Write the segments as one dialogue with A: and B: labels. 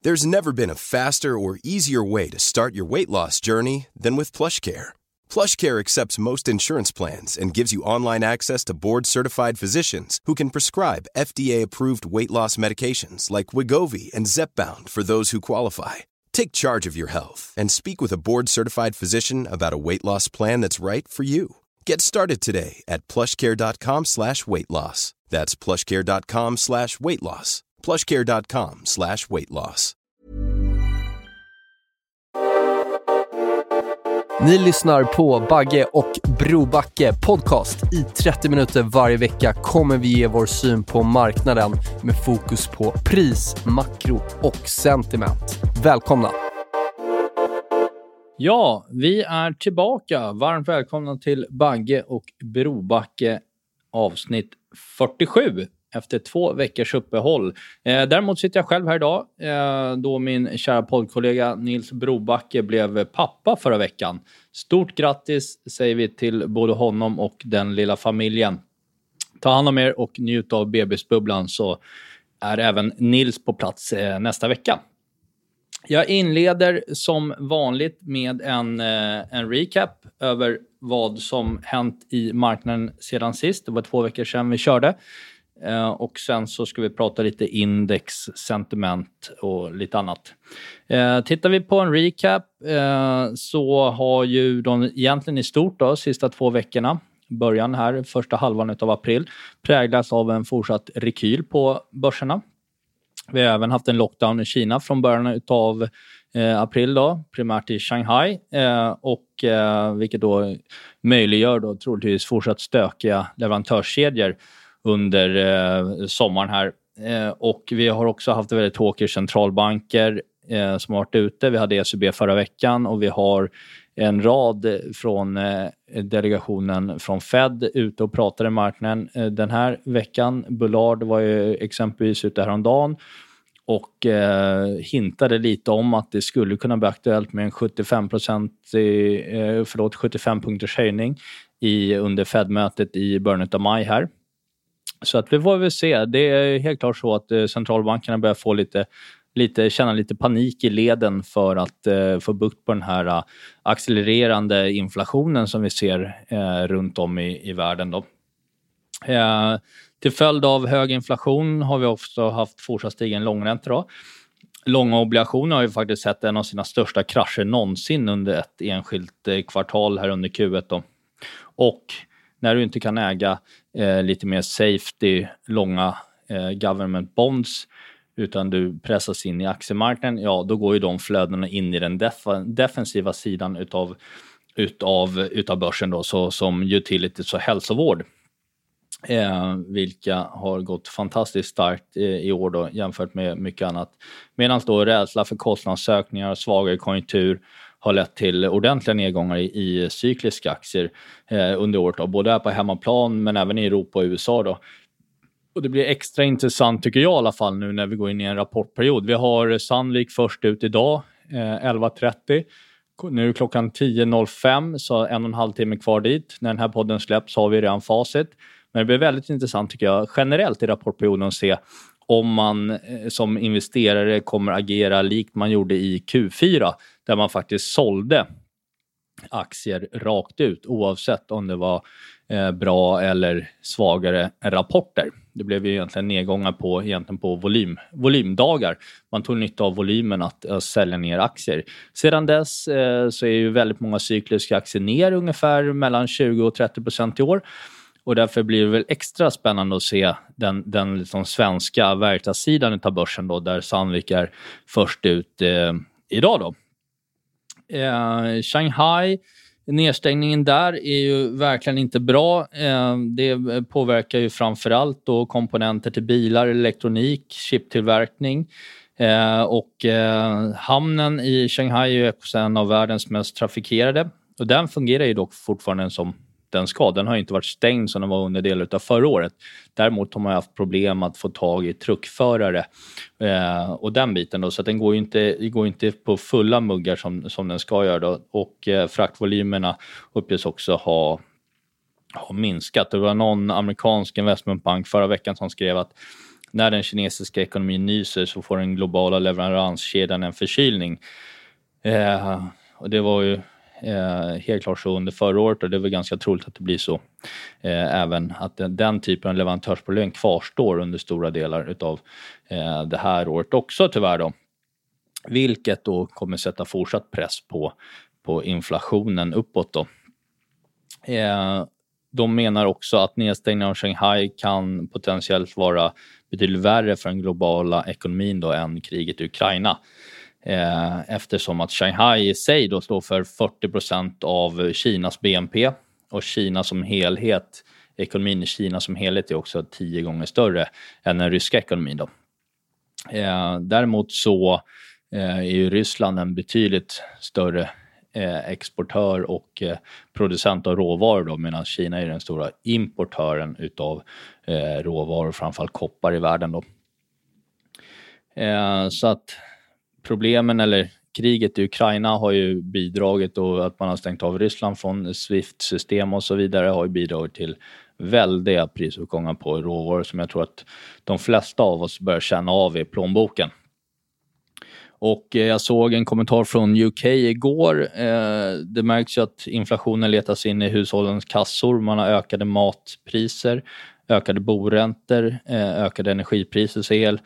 A: There's never been a faster or easier way to start your weight loss journey than with PlushCare. PlushCare accepts most insurance plans and gives you online access to board-certified physicians who can prescribe FDA-approved weight loss medications like Wegovy and Zepbound for those who qualify. Take charge of your health and speak with a board-certified physician about a weight loss plan that's right for you. Get started today at plushcare.com/weightloss. That's plushcare.com/weightloss. plushcare.com/weightloss.
B: Ni lyssnar på Bagge och Brobacke podcast. I 30 minuter varje vecka kommer vi ge vår syn på marknaden med fokus på pris, makro och sentiment. Välkomna! Ja, vi är tillbaka. Varmt välkomna till Bagge och Brobacke avsnitt 47 efter 2 veckors uppehåll. Däremot sitter jag själv här idag då min kära poddkollega Nils Brobacke blev pappa förra veckan. Stort grattis säger vi till både honom och den lilla familjen. Ta hand om er och njut av bebisbubblan, så är även Nils på plats nästa vecka. Jag inleder som vanligt med en recap över vad som hänt i marknaden sedan sist. Det var 2 veckor sedan vi körde. Och sen så ska vi prata lite index, sentiment och lite annat. Tittar vi på en recap så har ju de egentligen i stort då, sista 2 veckorna, början här, första halvan av april, präglas av en fortsatt rekyl på börserna. Vi har även haft en lockdown i Kina från början av april då, primärt i Shanghai, och vilket då möjliggör då troligtvis fortsatt stökiga leverantörskedjor under sommaren här. Och vi har också haft väldigt tråkiga centralbanker som har varit ute. Vi hade ECB förra veckan och vi har en rad från delegationen från Fed ute och pratade i marknaden den här veckan. Bullard var ju exempelvis ute häromdagen och hintade lite om att det skulle kunna bli aktuellt med en 75 punkters höjning under Fed-mötet i början av maj här. Så att vi får väl se. Det är helt klart så att centralbankerna börjar få känna lite panik i leden för att få bukt på den här accelererande inflationen som vi ser runt om i världen då. Till följd av hög inflation har vi också haft fortsatt stigen långränta då. Långa obligationer har ju faktiskt sett en av sina största krascher någonsin under ett enskilt kvartal här under Q1 då. Och när du inte kan äga lite mer safety, långa government bonds, utan du pressas in i aktiemarknaden, ja då går ju de flödena in i den defensiva sidan utav börsen då, så som utilities och hälsovård. Vilka har gått fantastiskt starkt i år då, jämfört med mycket annat. Medan då rädsla för kostnadsökningar och svagare konjunktur har lett till ordentliga nedgångar i cykliska aktier under året då, både här på hemmaplan men även i Europa och USA då. Och det blir extra intressant tycker jag i alla fall nu när vi går in i en rapportperiod. Vi har Sandvik först ut idag 11.30. Nu är klockan 10.05, så 1,5 timme kvar dit. När den här podden släpps har vi redan facit. Men det blir väldigt intressant tycker jag generellt i rapportperioden att se om man som investerare kommer agera likt man gjorde i Q4, där man faktiskt sålde aktier rakt ut oavsett om det var bra eller svagare rapporter. Det blev ju egentligen nedgångar på volymdagar. Man tog nytta av volymen att sälja ner aktier. Sedan dess så är ju väldigt många cykliska aktier ner ungefär mellan 20-30% i år. Och därför blir det väl extra spännande att se den liksom svenska verkstadssidan av börsen då, där Sandvik är först ut idag då. Shanghai, nedstängningen där är ju verkligen inte bra. Det påverkar ju framförallt då komponenter till bilar, elektronik, chiptillverkning. Och hamnen i Shanghai är ju en av världens mest trafikerade. Och den fungerar ju dock fortfarande som den ska. Den har inte varit stängd som den var under del av förra året. Däremot har man haft problem att få tag i truckförare och den biten då. Så att den går inte på fulla muggar som den ska göra då. Och fraktvolymerna uppges också ha minskat. Det var någon amerikansk investmentbank förra veckan som skrev att när den kinesiska ekonomin nyser så får den globala leveranskedjan en förkylning. Och det var ju helt klart så under förra året, och det är väl ganska troligt att det blir så även att den typen av leverantörsproblem kvarstår under stora delar utav det här året också tyvärr då. Vilket då kommer sätta fortsatt press på inflationen uppåt då. De menar också att nedstängningen av Shanghai kan potentiellt vara betydligt värre för den globala ekonomin då än kriget i Ukraina. Eftersom att Shanghai i sig då står för 40% av Kinas BNP, och Kina som helhet, ekonomin i Kina som helhet är också 10 gånger större än den ryska ekonomin då. Däremot så är ju Ryssland en betydligt större exportör och producent av råvaror då, medan Kina är den stora importören utav råvaror, framförallt koppar i världen då. Så att problemen eller kriget i Ukraina har ju bidragit, och att man har stängt av Ryssland från SWIFT-system och så vidare har ju bidragit till väldiga prisuppgångar på råvaror som jag tror att de flesta av oss bör känna av i plånboken. Och jag såg en kommentar från UK igår. Det märks ju att inflationen letas in i hushållens kassor. Man har ökade matpriser, ökade boräntor, ökade energipriser, så el,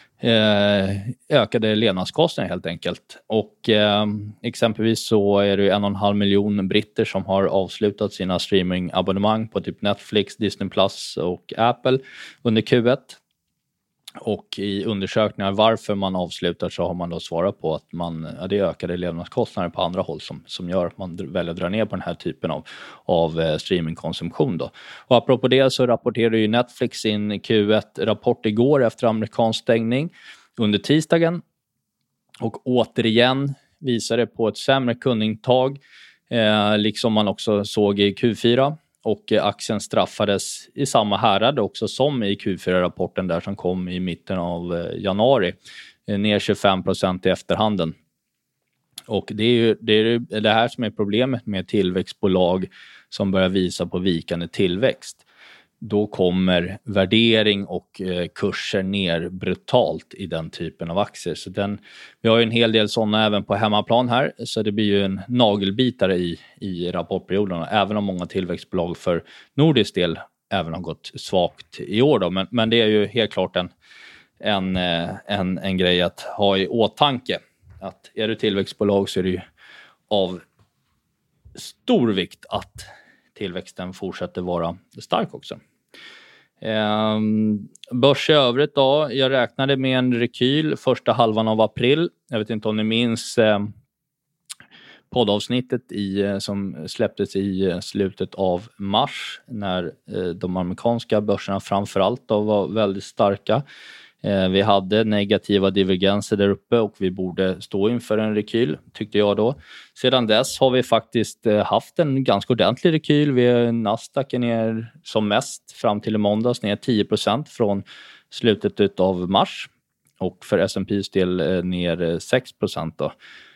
B: ökade levnadskostnader helt enkelt. Och exempelvis så är det 1,5 miljon britter som har avslutat sina streamingabonnemang på typ Netflix, Disney Plus och Apple under Q1. Och i undersökningar varför man avslutar så har man då svarat på att det är ökade levnadskostnader på andra håll som gör att man väljer att dra ner på den här typen av streamingkonsumtion då. Och apropå det så rapporterade ju Netflix sin Q1-rapport igår efter amerikansk stängning under tisdagen. Och återigen visade på ett sämre kundintag, liksom man också såg i Q4. Och aktien straffades i samma härad också som i Q4-rapporten där som kom i mitten av januari. Ner 25% i efterhanden. Och det är det här som är problemet med tillväxtbolag som börjar visa på vikande tillväxt. Då kommer värdering och kurser ner brutalt i den typen av aktier. Så vi har ju en hel del sådana även på hemmaplan här. Så det blir ju en nagelbitare i rapportperioden. Även om många tillväxtbolag för nordisk del även har gått svagt i år då. Men det är ju helt klart en grej att ha i åtanke. Att är du tillväxtbolag så är det ju av stor vikt att tillväxten fortsätter vara stark också. Börs i övrigt då. Jag räknade med en rekyl första halvan av april. Jag vet inte om ni minns poddavsnittet som släpptes i slutet av mars när de amerikanska börserna framförallt då var väldigt starka. Vi hade negativa divergenser där uppe och vi borde stå inför en rekyl, tyckte jag då. Sedan dess har vi faktiskt haft en ganska ordentlig rekyl. Nasdaq är ner som mest fram till i måndags, ner 10% från slutet av mars. Och för S&P:s del ner 6% då.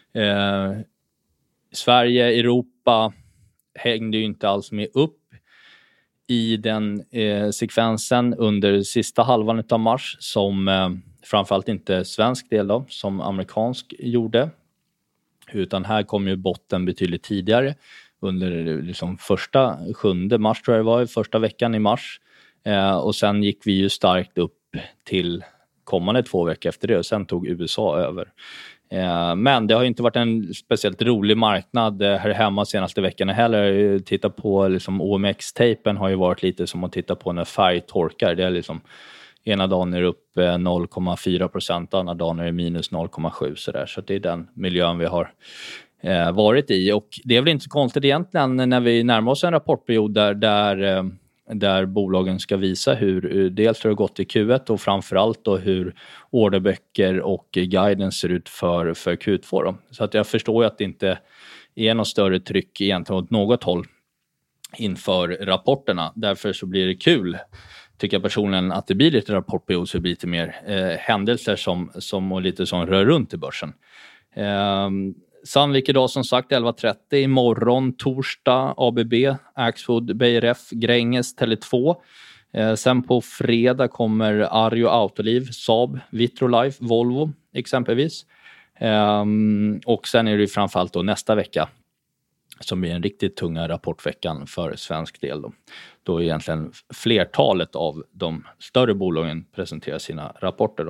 B: Sverige, Europa hängde ju inte alls med upp i den sekvensen under sista halvan av mars som framförallt inte svensk del då, som amerikansk gjorde. Utan här kom ju botten betydligt tidigare under liksom första 7 mars tror jag det var, första veckan i mars. Och sen gick vi ju starkt upp till kommande 2 veckor efter det och sen tog USA över. Men det har inte varit en speciellt rolig marknad här hemma senaste veckorna heller. Titta på liksom OMX-tejpen har ju varit lite som att titta på när färg torkar. Det är liksom ena dagen är det upp 0,4%, andra dagen är det minus 0,7 sådär. Så det är den miljön vi har varit i. Och det är väl inte så konstigt egentligen när vi närmar oss en rapportperiod där bolagen ska visa hur dels det har gått i Q1 och framförallt då hur orderböcker och guidance ser ut för Q2 då. Så att jag förstår ju att det inte är något större tryck egentligen åt något håll inför rapporterna. Därför så blir det kul, tycker jag personligen, att det blir lite rapportperiod så det blir lite mer händelser som och lite som rör runt i börsen. Sandvik idag som sagt 11.30, imorgon torsdag ABB, Axfood, BRF, Gränges, Tele2. Sen på fredag kommer Arjo Autoliv, Saab, Vitrolife, Volvo exempelvis. Och sen är det framförallt då nästa vecka som blir en riktigt tunga rapportveckan för svensk del. Då egentligen flertalet av de större bolagen presenterar sina rapporter.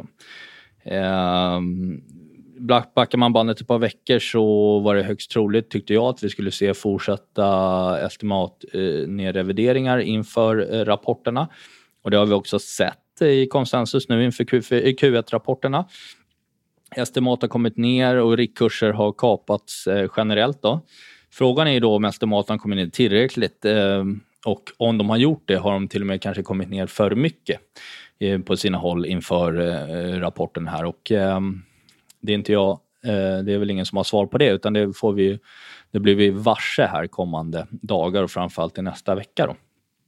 B: Backar man bandet ett par veckor så var det högst troligt, tyckte jag, att vi skulle se fortsatta estimatnedrevideringar inför rapporterna. Och det har vi också sett i konsensus nu inför Q1-rapporterna. Estimat har kommit ner och riktkurser har kapats generellt då. Frågan är ju då om estimaten har kommit ner tillräckligt, och om de har gjort det har de till och med kanske kommit ner för mycket på sina håll inför rapporten här, och det är inte jag, det är väl ingen som har svar på det, utan det blir vi varse här kommande dagar och framförallt i nästa vecka då.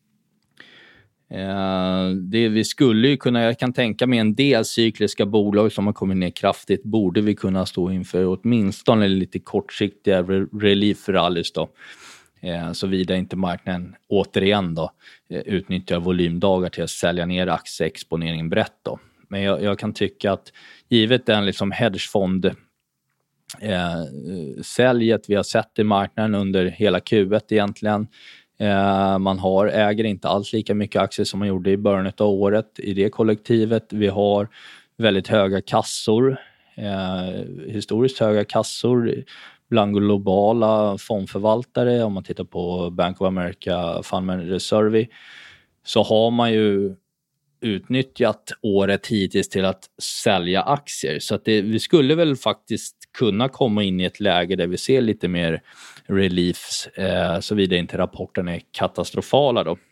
B: Det vi skulle ju kunna, jag kan tänka mig en del cykliska bolag som har kommit ner kraftigt, borde vi kunna stå inför åtminstone lite kortsiktiga relief-rallys då, såvida inte marknaden återigen då utnyttjar volymdagar till att sälja ner aktieexponeringen brett då. Men jag kan tycka att givet den liksom hedgefond säljet vi har sett i marknaden under hela Q1 egentligen, man äger inte alls lika mycket aktier som man gjorde i början av året i det kollektivet. Vi har väldigt höga kassor, historiskt höga kassor bland globala fondförvaltare. Om man tittar på Bank of America Fund Reserve så har man ju utnyttjat året hittills till att sälja aktier. Så att vi skulle väl faktiskt kunna komma in i ett läge där vi ser lite mer reliefs, såvida inte rapporten är katastrofala då.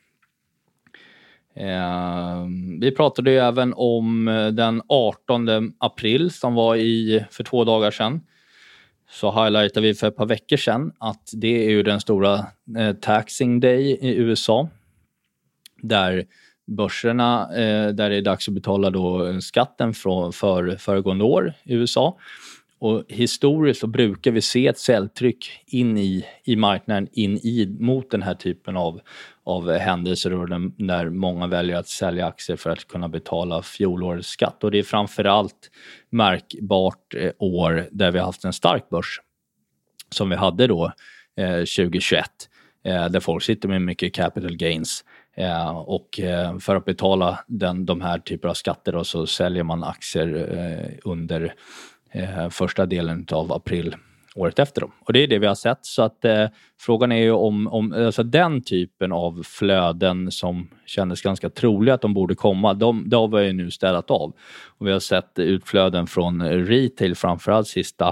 B: Vi pratade ju även om den 18 april som var för 2 dagar sedan. Så highlightade vi för ett par veckor sedan att det är ju den stora taxing day i USA. Där börserna, där det är dags att betala då skatten för föregående år i USA. Och historiskt så brukar vi se ett säljtryck in i marknaden, mot den här typen av händelser när många väljer att sälja aktier för att kunna betala fjolårets skatt. Och det är framförallt märkbart år där vi har haft en stark börs som vi hade då 2021, där folk sitter med mycket capital gains. Och för att betala de här typer av skatter då, så säljer man aktier under första delen av april året efter dem. Och det är det vi har sett. Så att frågan är ju om alltså den typen av flöden som kändes ganska troliga att de borde komma, de har vi ju nu städat av. Och vi har sett utflöden från retail framförallt sista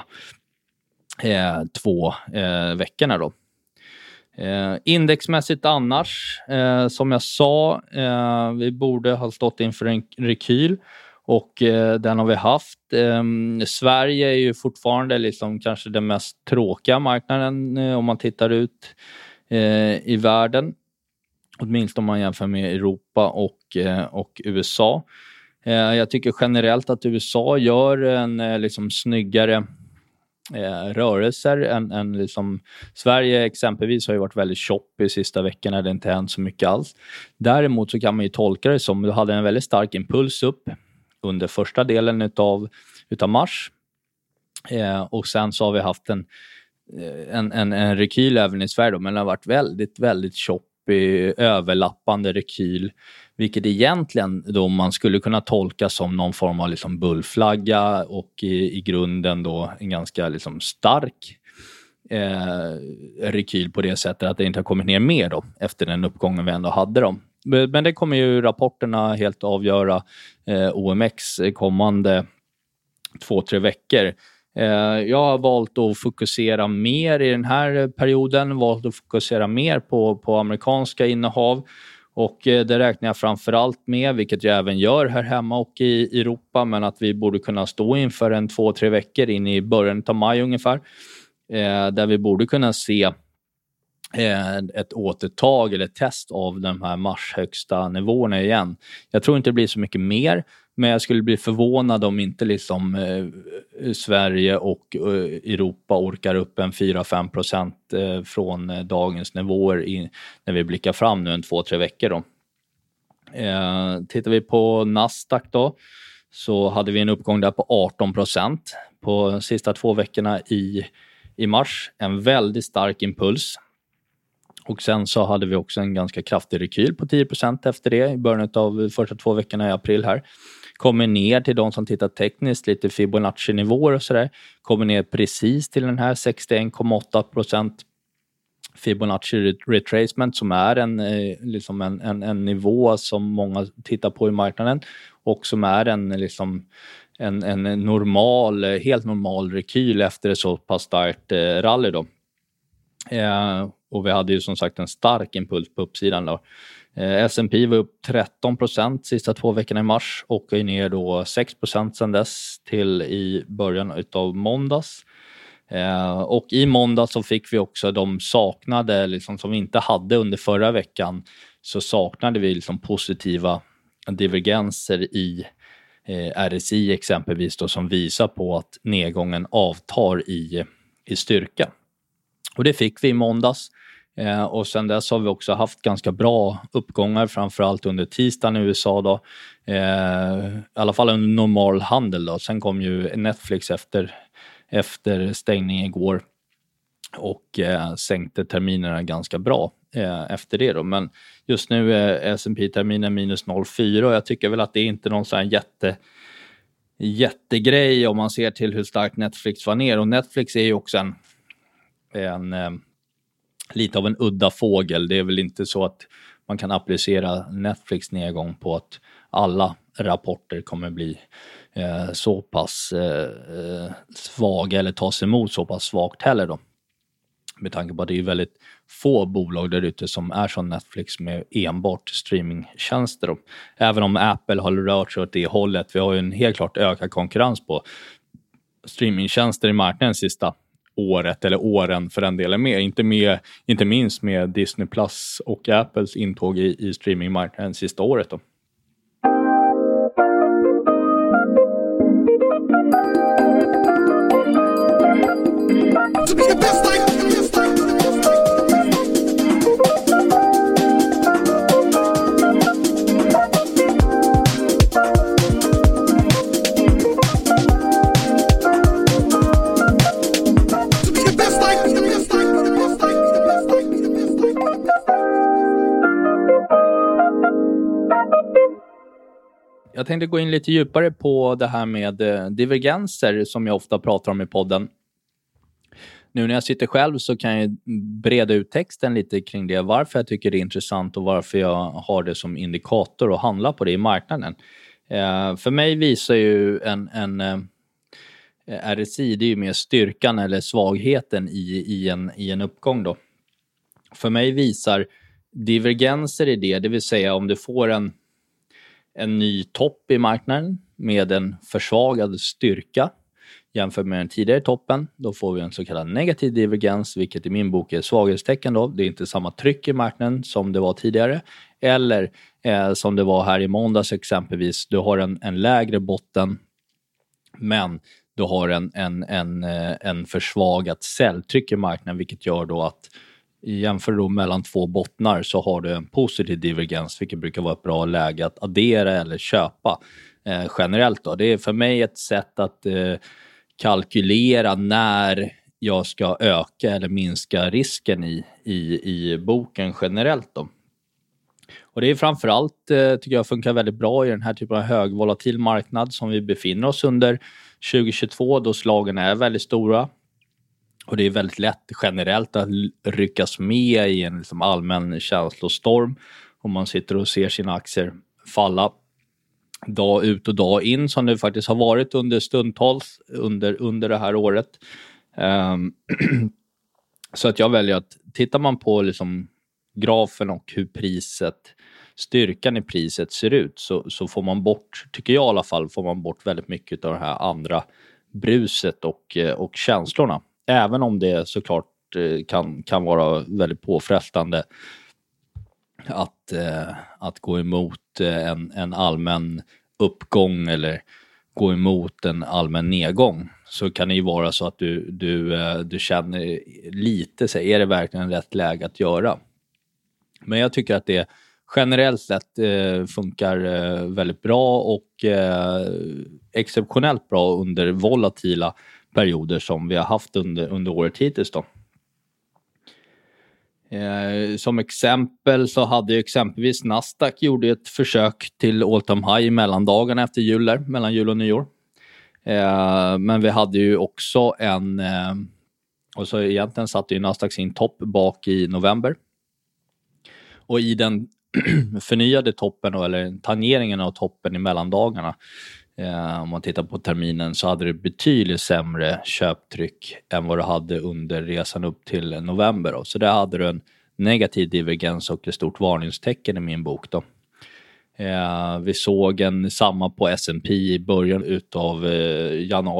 B: 2 veckorna då. Indexmässigt annars, som jag sa, vi borde ha stått inför en rekyl. Och den har vi haft. Sverige är ju fortfarande liksom kanske den mest tråkiga marknaden om man tittar ut i världen. Åtminstone om man jämför med Europa och USA. Jag tycker generellt att USA gör en liksom snyggare rörelser än liksom Sverige exempelvis har ju varit väldigt choppy sista veckorna, det inte hänt så mycket alls. Däremot så kan man ju tolka det som du hade en väldigt stark impuls upp under första delen utav mars. Och sen så har vi haft en rekyl även i Sverige då, men det har varit väldigt, väldigt choppy, överlappande rekyl, vilket egentligen då man skulle kunna tolka som någon form av liksom bullflagga och i grunden då en ganska liksom stark rekyl på det sättet att det inte har kommit ner mer då efter den uppgången vi ändå hade då. Men det kommer ju rapporterna helt avgöra OMX kommande 2-3 veckor. Jag har valt att fokusera mer i den här perioden, valt att fokusera mer på amerikanska innehav. Och det räknar jag framförallt med, vilket jag även gör här hemma och i Europa, men att vi borde kunna stå inför 2-3 veckor in i början av maj ungefär. Där vi borde kunna se ett återtag eller ett test av de här mars högsta nivåerna igen. Jag tror inte det blir så mycket mer, men jag skulle bli förvånad om inte liksom Sverige och Europa orkar upp en 4-5% från dagens nivåer när vi blickar fram nu 2-3 veckor då. Tittar vi på Nasdaq då, så hade vi en uppgång där på 18% på sista 2 veckorna i mars. En väldigt stark impuls. Och sen så hade vi också en ganska kraftig rekyl på 10% efter det i början av första 2 veckorna i april här. Kommer ner till de som tittar tekniskt, lite Fibonacci-nivåer och sådär. Kommer ner precis till den här 61,8% Fibonacci retracement som är en nivå som många tittar på i marknaden och som är en helt normal rekyl efter ett så pass starkt rally då. Och vi hade ju som sagt en stark impuls på uppsidan då. S&P var upp 13% sista 2 veckorna i mars och är ner då 6% sedan dess till i början utav måndags. Och i måndag så fick vi också de saknade som vi inte hade under förra veckan, så saknade vi positiva divergenser i RSI exempelvis då, som visar på att nedgången avtar i styrka. Och det fick vi i måndags. Och sen dess har vi också haft ganska bra uppgångar, framförallt under tisdagen i USA då. I alla fall under normal handel då. Sen kom ju Netflix efter stängning igår och sänkte terminerna ganska bra efter det då. Men just nu är S&P-terminen minus 0,4 och jag tycker väl att det är inte någon sån här jättegrej om man ser till hur starkt Netflix var ner. Och Netflix är ju också en lite av en udda fågel. Det är väl inte så att man kan applicera Netflix nedgång på att alla rapporter kommer bli så pass svaga eller tas emot så pass svagt heller då. Med tanke på att det är väldigt få bolag där ute som är som Netflix med enbart streamingtjänster då. Även om Apple har rört sig åt det hållet. Vi har ju en helt klart ökad konkurrens på streamingtjänster i marknaden sista året eller åren för den delen med. Inte minst med Disney Plus och Apples intåg i streamingmarknaden sista året då. Jag tänkte gå in lite djupare på det här med divergenser som jag ofta pratar om i podden. Nu när jag sitter själv så kan jag breda ut texten lite kring det. Varför jag tycker det är intressant och varför jag har det som indikator och handla på det i marknaden. För mig visar ju en RSI, det är ju mer styrkan eller svagheten i en uppgång då. För mig visar divergenser i det vill säga om du får en ny topp i marknaden med en försvagad styrka jämfört med den tidigare toppen, då får vi en så kallad negativ divergens, vilket i min bok är svaghetstecken då. Det är inte samma tryck i marknaden som det var tidigare. Eller som det var här i måndags exempelvis, du har en lägre botten men du har en försvagat säljtryck i marknaden, vilket gör då att jämför då mellan 2 bottnar så har du en positiv divergens, vilket brukar vara ett bra läge att addera eller köpa generellt då. Det är för mig ett sätt att kalkylera när jag ska öka eller minska risken i boken generellt då. Och det är framförallt tycker jag funkar väldigt bra i den här typen av högvolatil marknad som vi befinner oss under 2022 då slagen är väldigt stora. Och det är väldigt lätt generellt att ryckas med i en allmän känslostorm om man sitter och ser sina aktier falla dag ut och dag in som det faktiskt har varit under stundtals under det här året. Så att jag väljer att tittar man på grafen och hur styrkan i priset ser ut så får man bort, tycker jag i alla fall, får man bort väldigt mycket av det här andra bruset och känslorna. Även om det såklart kan vara väldigt påfrestande att gå emot en allmän uppgång eller gå emot en allmän nedgång, så kan det ju vara så att du känner lite så är det verkligen rätt läge att göra. Men jag tycker att det generellt sett funkar väldigt bra och exceptionellt bra under volatila perioder som vi har haft under året hittills då. Som exempel så hade ju exempelvis Nasdaq gjorde ett försök till all time high i mellandagarna efter jul där, mellan jul och nyår. Men vi hade ju också och så egentligen satte ju Nasdaq sin topp bak i november. Och i den förnyade toppen eller tangeringen av toppen i mellandagarna, om man tittar på terminen, så hade det betydligt sämre köptryck än vad det hade under resan upp till november då. Så där hade du en negativ divergens och ett stort varningstecken i min bok då. Vi såg samma på S&P i början utav januari.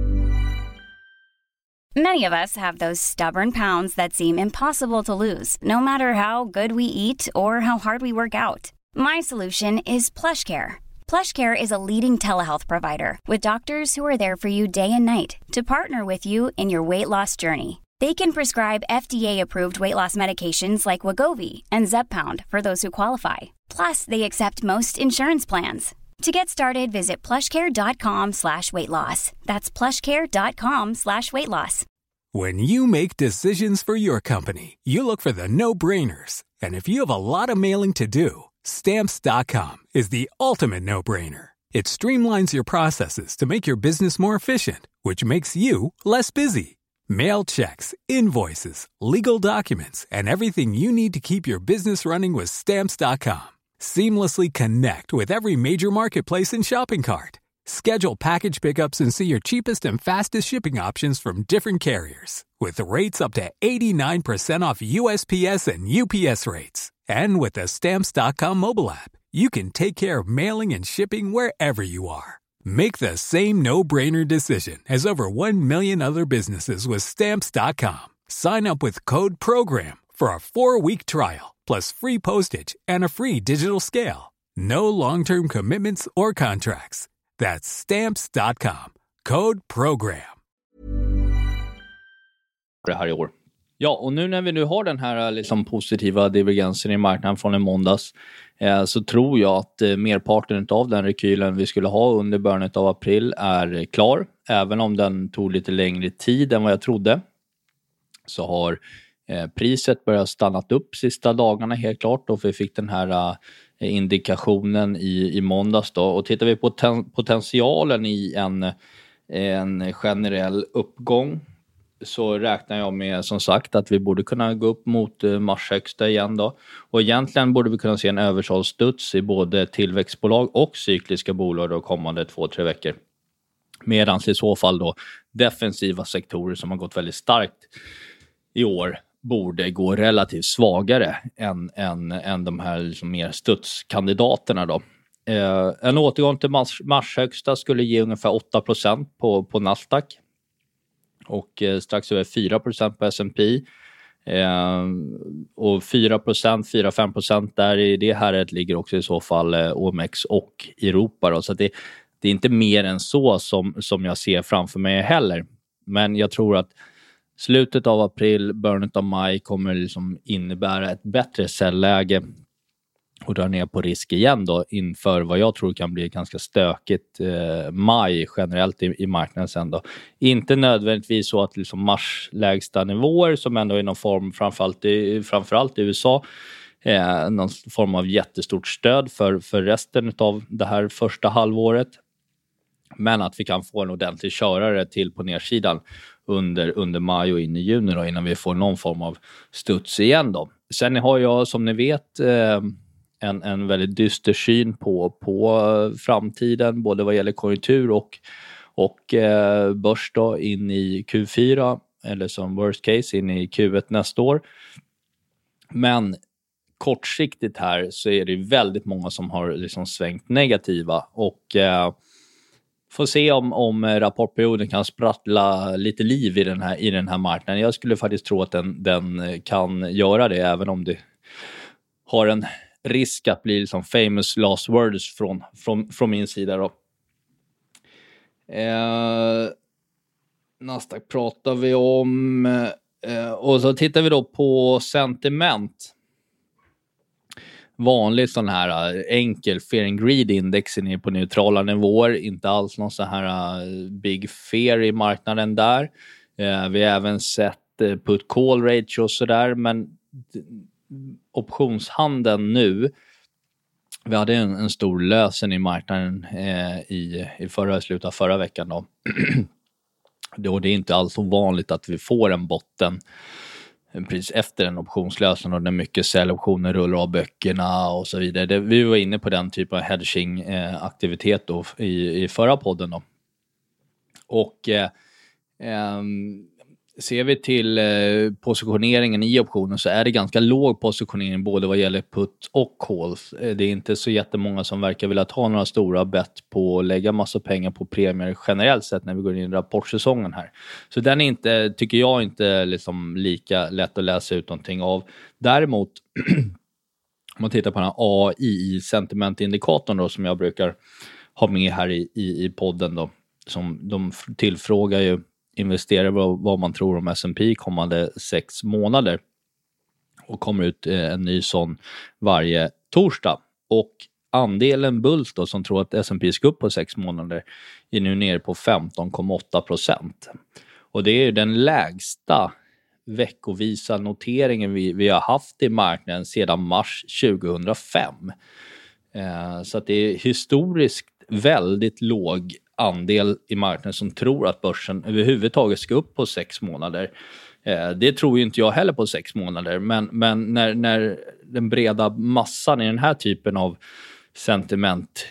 C: Many of us have those stubborn pounds that seem impossible to lose, no matter how good we eat or how hard we work out. My solution is PlushCare. PlushCare is a leading telehealth provider with doctors who are there for you day and night to partner with you in your weight loss journey. They can prescribe FDA-approved weight loss medications like Wegovy and Zepbound for those who qualify. Plus, they accept most insurance plans. To get started, visit plushcare.com/weightloss. That's plushcare.com/weightloss.
D: When you make decisions for your company, you look for the no-brainers. And if you have a lot of mailing to do, Stamps.com is the ultimate no-brainer. It streamlines your processes to make your business more efficient, which makes you less busy. Mail checks, invoices, legal documents, and everything you need to keep your business running with Stamps.com. Seamlessly connect with every major marketplace and shopping cart. Schedule package pickups and see your cheapest and fastest shipping options from different carriers. With rates up to 89% off USPS and UPS rates. And with the Stamps.com mobile app, you can take care of mailing and shipping wherever you are. Make the same no-brainer decision as over 1 million other businesses with Stamps.com. Sign up with code PROGRAM for a 4-week trial, plus free postage and a free digital scale. No long-term commitments or contracts. That's Stamps.com. Code PROGRAM.
B: Det här i år. Ja, och nu när vi har den här liksom positiva divergensen i marknaden från en måndags, så tror jag att merparten av den rekylen vi skulle ha under början av april är klar. Även om den tog lite längre tid än vad jag trodde, så har priset börjat stannat upp sista dagarna helt klart. Och vi fick den här indikationen i måndags då. Och tittar vi på potentialen i en generell uppgång, så räknar jag med, som sagt, att vi borde kunna gå upp mot mars högsta igen då. Och egentligen borde vi kunna se en översålsstuds i både tillväxtbolag och cykliska bolag de kommande 2-3 veckor. Medan i så fall då defensiva sektorer som har gått väldigt starkt i år borde gå relativt svagare än de här liksom mer studskandidaterna då. En återgång till mars högsta skulle ge ungefär 8% på Nasdaq. Och strax över 4% på S&P. Och 4%, där i det här ligger också i så fall OMX och Europa då. Så det är inte mer än så som jag ser framför mig heller. Men jag tror att slutet av april, början av maj kommer liksom innebära ett bättre säljläge och dra ner på risk igen då inför vad jag tror kan bli ganska stökigt maj generellt i marknaden sen då. Inte nödvändigtvis så att liksom mars lägsta nivåer som ändå är någon form, framförallt i USA, någon form av jättestort stöd för resten av det här första halvåret. Men att vi kan få en ordentlig körare till på nedsidan under maj och in i juni då, innan vi får någon form av studs igen då. Sen har jag, som ni vet, en väldigt dyster syn på framtiden, både vad gäller konjunktur och börs då in i Q4, eller som worst case in i Q1 nästa år. Men kortsiktigt här så är det väldigt många som har liksom svängt negativa, och får se om rapportperioden kan sprattla lite liv i den här marknaden. Jag skulle faktiskt tro att den kan göra det, även om det har en risk att bli liksom famous last words från min sida då. Nasdaq pratar vi om, och så tittar vi då på sentiment. vanlig sån här enkel fear and greed index är på neutrala nivåer. Inte alls någon sån här big fear i marknaden där. Vi har även sett put call ratio och sådär, men optionshandeln nu, vi hade en stor lösen i marknaden i slutet av förra veckan då. Det är inte alls så vanligt att vi får en botten precis efter en optionslösen och när mycket säljoptioner rullar av böckerna och så vidare. Vi var inne på den typen av hedging aktivitet då i förra podden då. Och ser vi till positioneringen i optionen så är det ganska låg positionering både vad gäller put och calls. Det är inte så jättemånga som verkar vilja ta några stora bett på att lägga massa pengar på premier generellt sett när vi går in i rapportsäsongen här. Så den är inte, tycker jag, inte liksom lika lätt att läsa ut någonting av. Däremot om man tittar på den här AI sentimentindikatorn då, som jag brukar ha med här i podden då, som de tillfrågar ju investerare vad man tror om S&P kommande 6 månader och kommer ut en ny sån varje torsdag. Och andelen bulls då som tror att S&P ska upp på 6 månader är nu nere på 15,8%. Och det är den lägsta veckovisa noteringen vi har haft i marknaden sedan mars 2005. Så att det är historiskt väldigt låg andel i marknaden som tror att börsen överhuvudtaget ska upp på 6 månader. Det tror ju inte jag heller på 6 månader. Men när den breda massan i den här typen av sentiment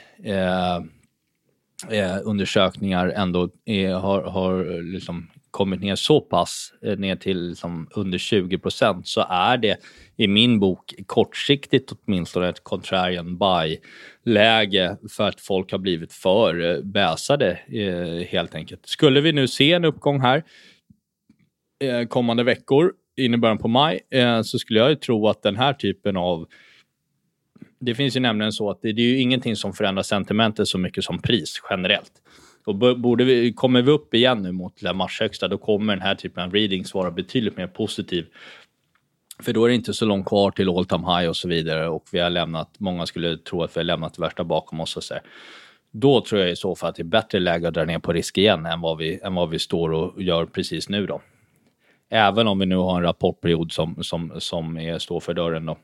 B: undersökningar ändå har liksom kommit ner så pass ner till liksom under 20%, så är det i min bok kortsiktigt åtminstone ett contrarian buy-läge för att folk har blivit för bäsade helt enkelt. Skulle vi nu se en uppgång här kommande veckor in i början på maj så skulle jag ju tro att den här typen av, det finns ju nämligen så att det är ju ingenting som förändrar sentimentet så mycket som pris generellt. Och kommer vi upp igen nu mot mars högsta, då kommer den här typen av readings vara betydligt mer positiv. För då är det inte så långt kvar till all time high och så vidare. Och vi har lämnat, många skulle tro att vi har lämnat det värsta bakom oss och så här. Då tror jag i så fall att det är bättre läge att dra ner på risk igen än vad vi står och gör precis nu då. Även om vi nu har en rapportperiod som står för dörren då.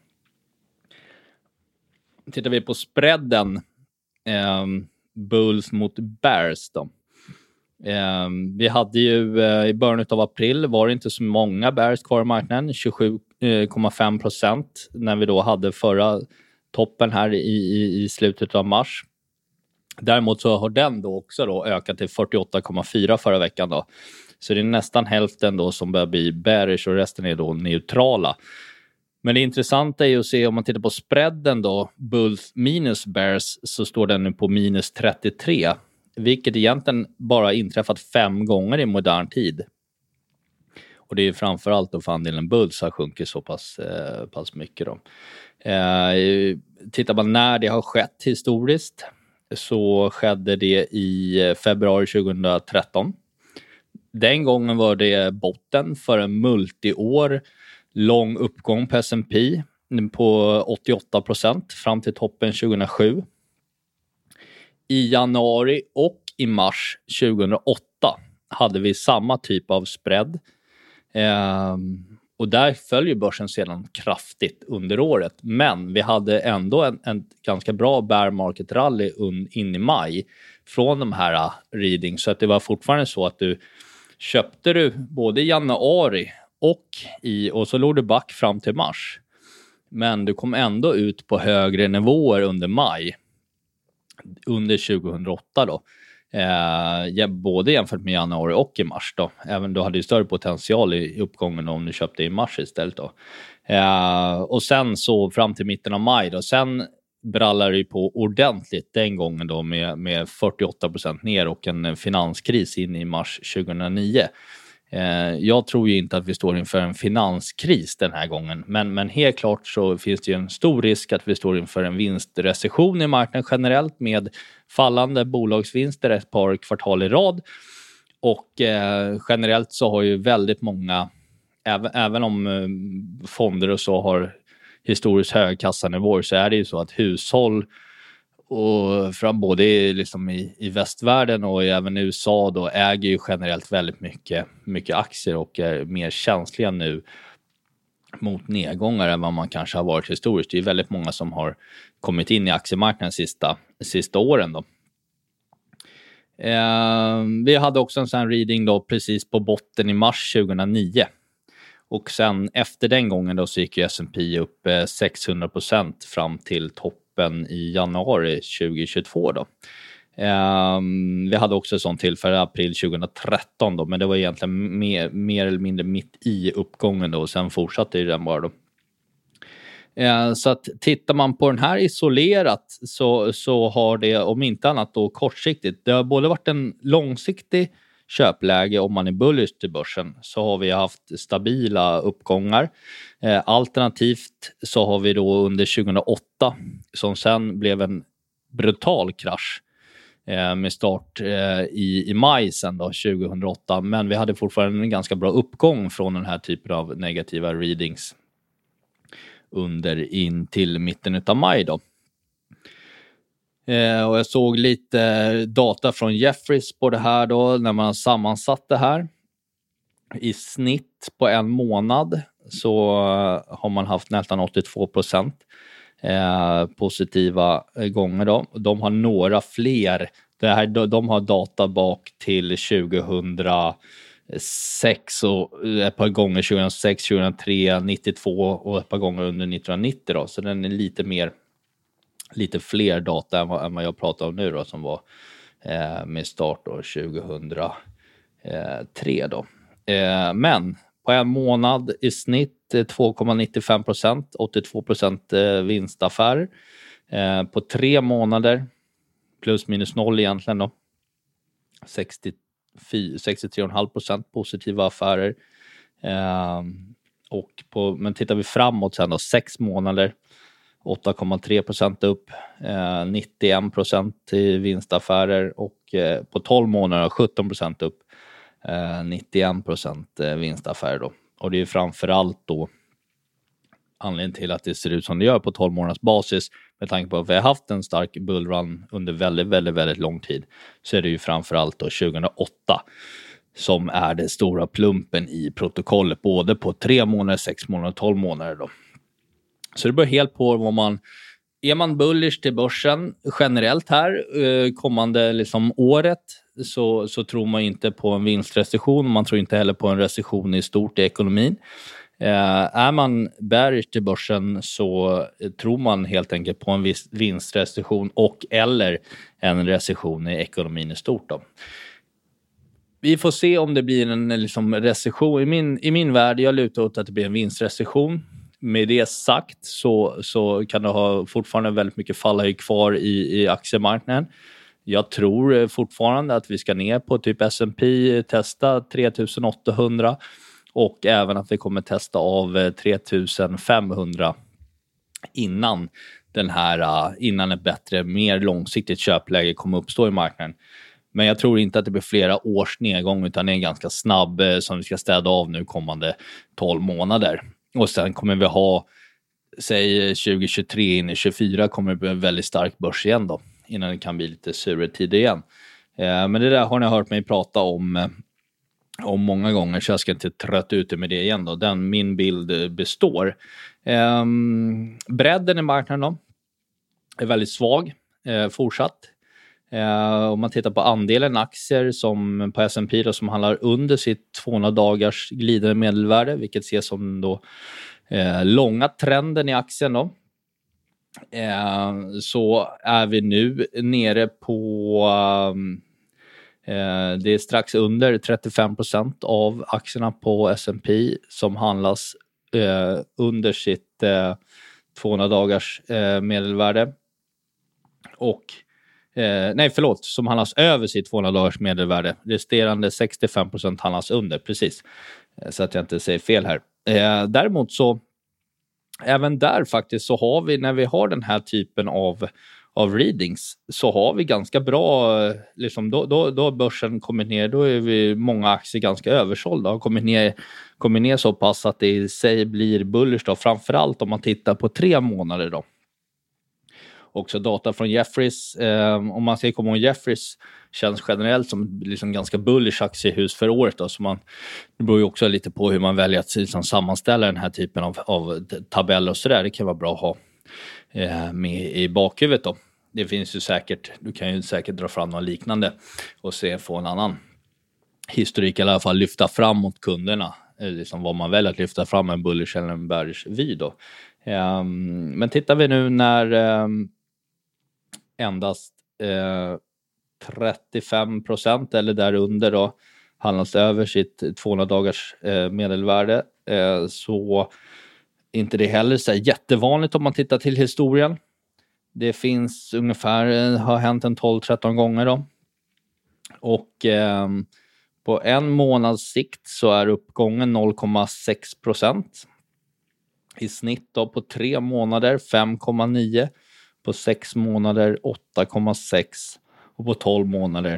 B: Tittar vi på spreaden, bulls mot bears då. Vi hade ju i början av april var det inte så många bears kvar i marknaden, 27,5% när vi då hade förra toppen här i slutet av mars. Däremot så har den då också då ökat till 48,4 förra veckan då. Så det är nästan hälften då som börjar bli bearish och resten är då neutrala. Men det intressanta är ju att se om man tittar på spreaden då, bulls minus bears, så står den nu på minus 33. Vilket egentligen bara inträffat 5 gånger i modern tid. Och det är framförallt då för andelen bulls har sjunkit så pass mycket då. Tittar man när det har skett historiskt, så skedde det i februari 2013. Den gången var det botten för en multiår lång uppgång på S&P på 88% fram till toppen 2007. I januari och i mars 2008 hade vi samma typ av spread. Och där följer börsen sedan kraftigt under året. Men vi hade ändå en ganska bra bear market rally in i maj från de här readings. Så att det var fortfarande så att köpte du både i januari och så låg du back fram till mars. Men du kom ändå ut på högre nivåer under maj. Under 2008 då. Både jämfört med januari och i mars då. Även då hade du större potential i uppgången om du köpte i mars istället då. Och sen så fram till mitten av maj då. Sen brallade det på ordentligt den gången då med 48% ner och en finanskris in i mars 2009. Jag tror ju inte att vi står inför en finanskris den här gången. Men helt klart så finns det ju en stor risk att vi står inför en vinstrecession i marknaden generellt med fallande bolagsvinster ett par kvartal i rad. Och generellt så har ju väldigt många, även om fonder och så har historiskt hög kassanivåer, så är det ju så att hushåll och fram både liksom i västvärlden och även i USA då äger ju generellt väldigt mycket aktier och är mer känsliga nu mot nedgångar än vad man kanske har varit historiskt. Det är väldigt många som har kommit in i aktiemarknaden sista åren då. Vi hade också en sån reading då precis på botten i mars 2009. Och sen efter den gången då så gick ju S&P upp 600% fram till toppen i januari 2022 då. Vi hade också ett sånt tillfälle i april 2013 då, men det var egentligen mer eller mindre mitt i uppgången då, och sen fortsatte ju den bara då. Så att tittar man på den här isolerat så har det, om inte annat då kortsiktigt, det har både varit en långsiktig köpläge om man är bullish till börsen, så har vi haft stabila uppgångar. Alternativt så har vi då under 2008 som sen blev en brutal krasch med start i maj sen då 2008, men vi hade fortfarande en ganska bra uppgång från den här typen av negativa readings under in till mitten av maj då. Och jag såg lite data från Jefferies på det här då, när man har sammansatt det här. I snitt på en månad så har man haft nästan 82% positiva gånger då. De har några fler. De har data bak till 2006 och ett par gånger 2006, 2003, 92 och ett par gånger under 1990 då. Så den är lite fler data än vad jag pratar om nu då, som var med start då 2003 då. Men på en månad i snitt 2,95%, 82% vinstaffärer. På 3 månader plus minus noll egentligen då, 63,5% positiva affärer. Men tittar vi framåt sen då, 6 månader 8,3% upp, 91% i vinstaffärer, och på 12 månader 17% upp, 91% vinstaffärer då. Och det är framförallt då anledningen till att det ser ut som det gör på 12 månaders basis, med tanke på att vi har haft en stark bullrun under väldigt, väldigt, väldigt lång tid, så är det ju framförallt då 2008 som är det stora plumpen i protokollet, både på 3 månader, 6 månader och 12 månader då. Så det beror helt på vad man... Är man bullish till börsen generellt här kommande liksom året, så tror man inte på en vinstrecession. Man tror inte heller på en recession i stort i ekonomin. Är man bearish till börsen så tror man helt enkelt på en viss vinstrecession och eller en recession i ekonomin i stort då. Vi får se om det blir en liksom recession. I min värld, jag lutar åt att det blir en vinstrecession. Med det sagt så kan det ha fortfarande väldigt mycket fallhöjd kvar i aktiemarknaden. Jag tror fortfarande att vi ska ner på typ S&P, testa 3800, och även att vi kommer testa av 3500 innan ett bättre, mer långsiktigt köpläge kommer uppstå i marknaden. Men jag tror inte att det blir flera års nedgång, utan det är en ganska snabb som vi ska städa av nu kommande 12 månader. Och sen kommer vi ha, säg 2023 in i 2024 kommer det bli en väldigt stark börs igen då, innan det kan bli lite surare tider igen. Men det där har ni hört mig prata om många gånger, så jag ska inte trötta ut det med det igen då. Min bild består. Bredden i marknaden då är väldigt svag fortsatt. Om man tittar på andelen aktier som på S&P då, som handlar under sitt 200 dagars glidande medelvärde, vilket ses som då långa trenden i aktien då, så är vi nu nere på det är strax under 35% av aktierna på S&P som handlas under sitt 200 dagars medelvärde, och som handlas över sitt 200 dagars medelvärde. Resterande 65% handlas under, precis. Så att jag inte säger fel här. Däremot så, även där faktiskt, så har vi, när vi har den här typen av av readings, så har vi ganska bra, liksom, då har börsen kommit ner, då är vi många aktier ganska översålda, har kommit ner så pass att det i sig blir bullish då, framförallt om man tittar på 3 månader då. Också data från Jefferies, om man ska komma ihåg, Jefferies känns generellt som liksom ganska bullish aktiehus för året då, så det beror ju också lite på hur man väljer att liksom sammanställa den här typen av tabeller och sådär. Det kan vara bra att ha med i bakhuvudet då. Det finns ju säkert, du kan ju säkert dra fram något liknande och få en annan historik, i alla fall lyfta fram mot kunderna, liksom vad man väljer att lyfta fram, en bullish eller en bearish vy då. Men tittar vi nu när endast 35% eller därunder då handlas över sitt 200 dagars medelvärde, så inte det heller så jättevanligt om man tittar till historien. Det finns ungefär, har hänt en 12-13 gånger då. Och på en månads sikt så är uppgången 0,6%. I snitt då på 3 månader 5,9%. På 6 månader 8,6%. Och på 12 månader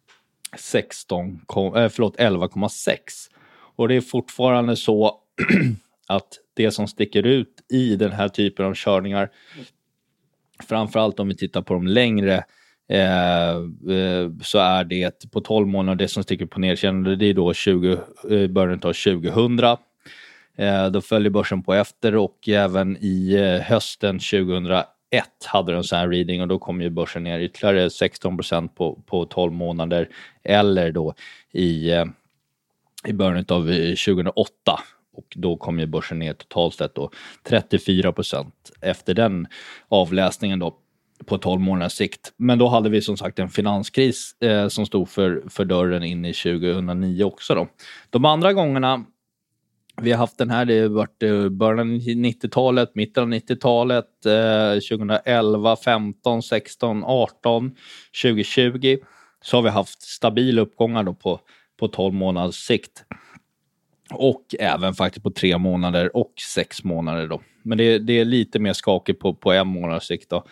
B: 11,6%. Och det är fortfarande så att det som sticker ut i den här typen av körningar, framförallt om vi tittar på de längre, så är det på 12 månader, det som sticker på nedkännande, det är då början av 2000. Då följer börsen på efter, och även i hösten 2001 hade de så här reading, och då kom ju börsen ner ytterligare 16% på 12 månader, eller då i början av 2008, och då kom ju börsen ner totalt sett då 34% efter den avläsningen då på 12 månaders sikt. Men då hade vi som sagt en finanskris som stod för dörren in i 2009 också då. De andra gångerna vi har haft den här, det har varit början av 90-talet, mitten av 90-talet, 2011, 15, 16, 18, 2020. Så har vi haft stabila uppgångar då på 12 månaders sikt. Och även faktiskt på 3 månader och 6 månader då. Men det är lite mer skakigt på 1 månaders sikt då.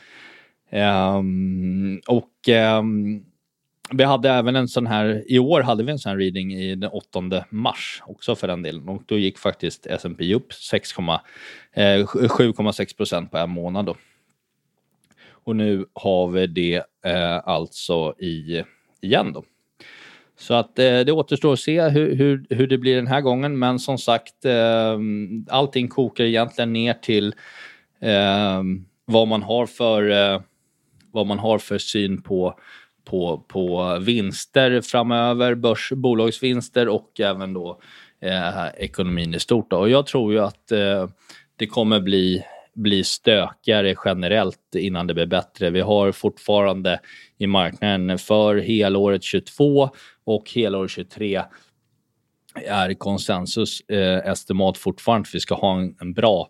B: Vi hade även en sån här, i år hade vi en sån här reading i den 8 mars också för den delen. Och då gick faktiskt S&P upp 7,6% på 1 månad då. Och nu har vi det alltså igen då. Så att det återstår att se hur det blir den här gången. Men som sagt, allting kokar egentligen ner till vad man har för syn på vinster framöver, bolagsvinster och även då ekonomin i stort då. Och jag tror ju att det kommer bli stökigare generellt innan det blir bättre. Vi har fortfarande i marknaden för helåret 22 och helåret 23 är konsensus estimat fortfarande att vi ska ha en bra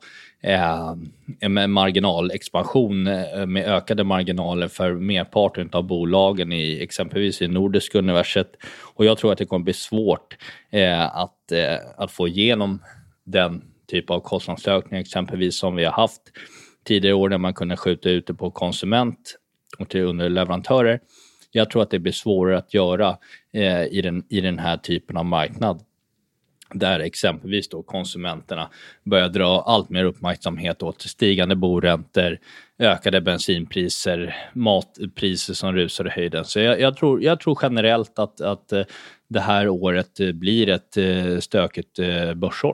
B: marginalexpansion med ökade marginaler för merparten av bolagen i exempelvis i Nordiska universet. Och jag tror att det kommer bli svårt att få igenom den typ av kostnadsökning exempelvis som vi har haft tidigare år, när man kunde skjuta ut det på konsument och till underleverantörer. Jag tror att det blir svårare att göra i den här typen av marknad, där exempelvis då konsumenterna börjar dra allt mer uppmärksamhet åt stigande boräntor, ökade bensinpriser, matpriser som rusar i höjden. Så jag tror generellt att det här året blir ett stökigt börsår.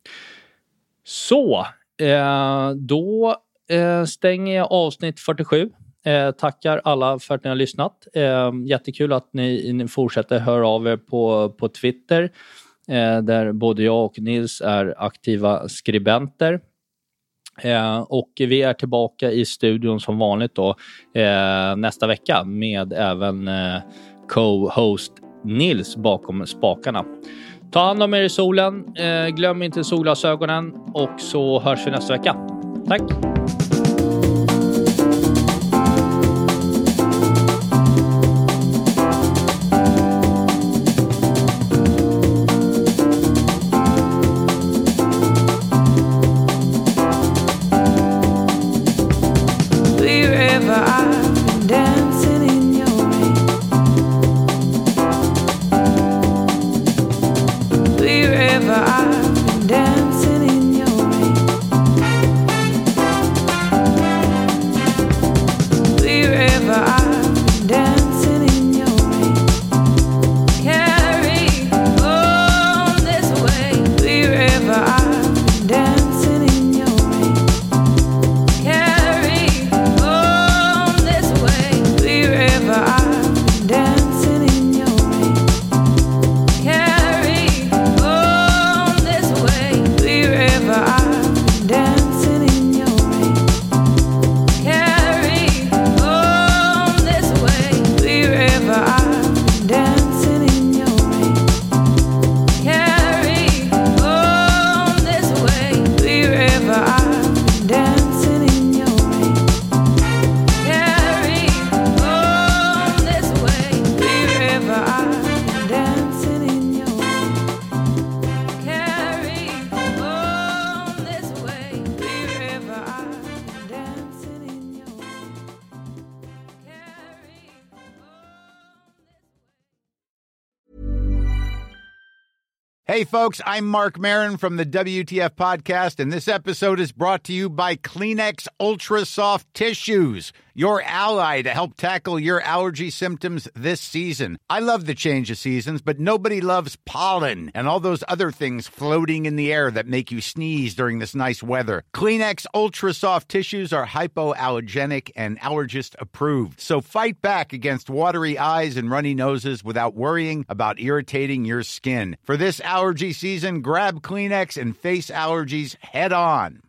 B: Så, då stänger jag avsnitt 47. Tackar alla för att ni har lyssnat. Jättekul att ni fortsätter höra av er på Twitter. Där både jag och Nils är aktiva skribenter. Och vi är tillbaka i studion som vanligt då nästa vecka med även co-host Nils bakom spakarna. Ta hand om er i solen, glöm inte solglasögonen, och så hörs vi nästa vecka. Tack!
E: Wherever I Wherever I've been dancing in your rain. Wherever I've been dancing in your rain. Carry on this way. Wherever I've been dancing in your rain. Carry on this way. Wherever I've been dancing in your rain. Carry on this way. Wherever I've been dancing in your rain. Carry on this way. Wherever I've been dancing in your rain. Carry on this way. Wherever I've been dancing in your rain. Carry on this way. Wherever I've been dancing in your rain. Carry on this way. Wherever I've been dancing in your rain.
F: Hey, folks, I'm Mark Maron from the WTF Podcast, and this episode is brought to you by Kleenex Ultra Soft Tissues, your ally to help tackle your allergy symptoms this season. I love the change of seasons, but nobody loves pollen and all those other things floating in the air that make you sneeze during this nice weather. Kleenex Ultra Soft Tissues are hypoallergenic and allergist approved, so fight back against watery eyes and runny noses without worrying about irritating your skin. For this allergy season, grab Kleenex and face allergies head on.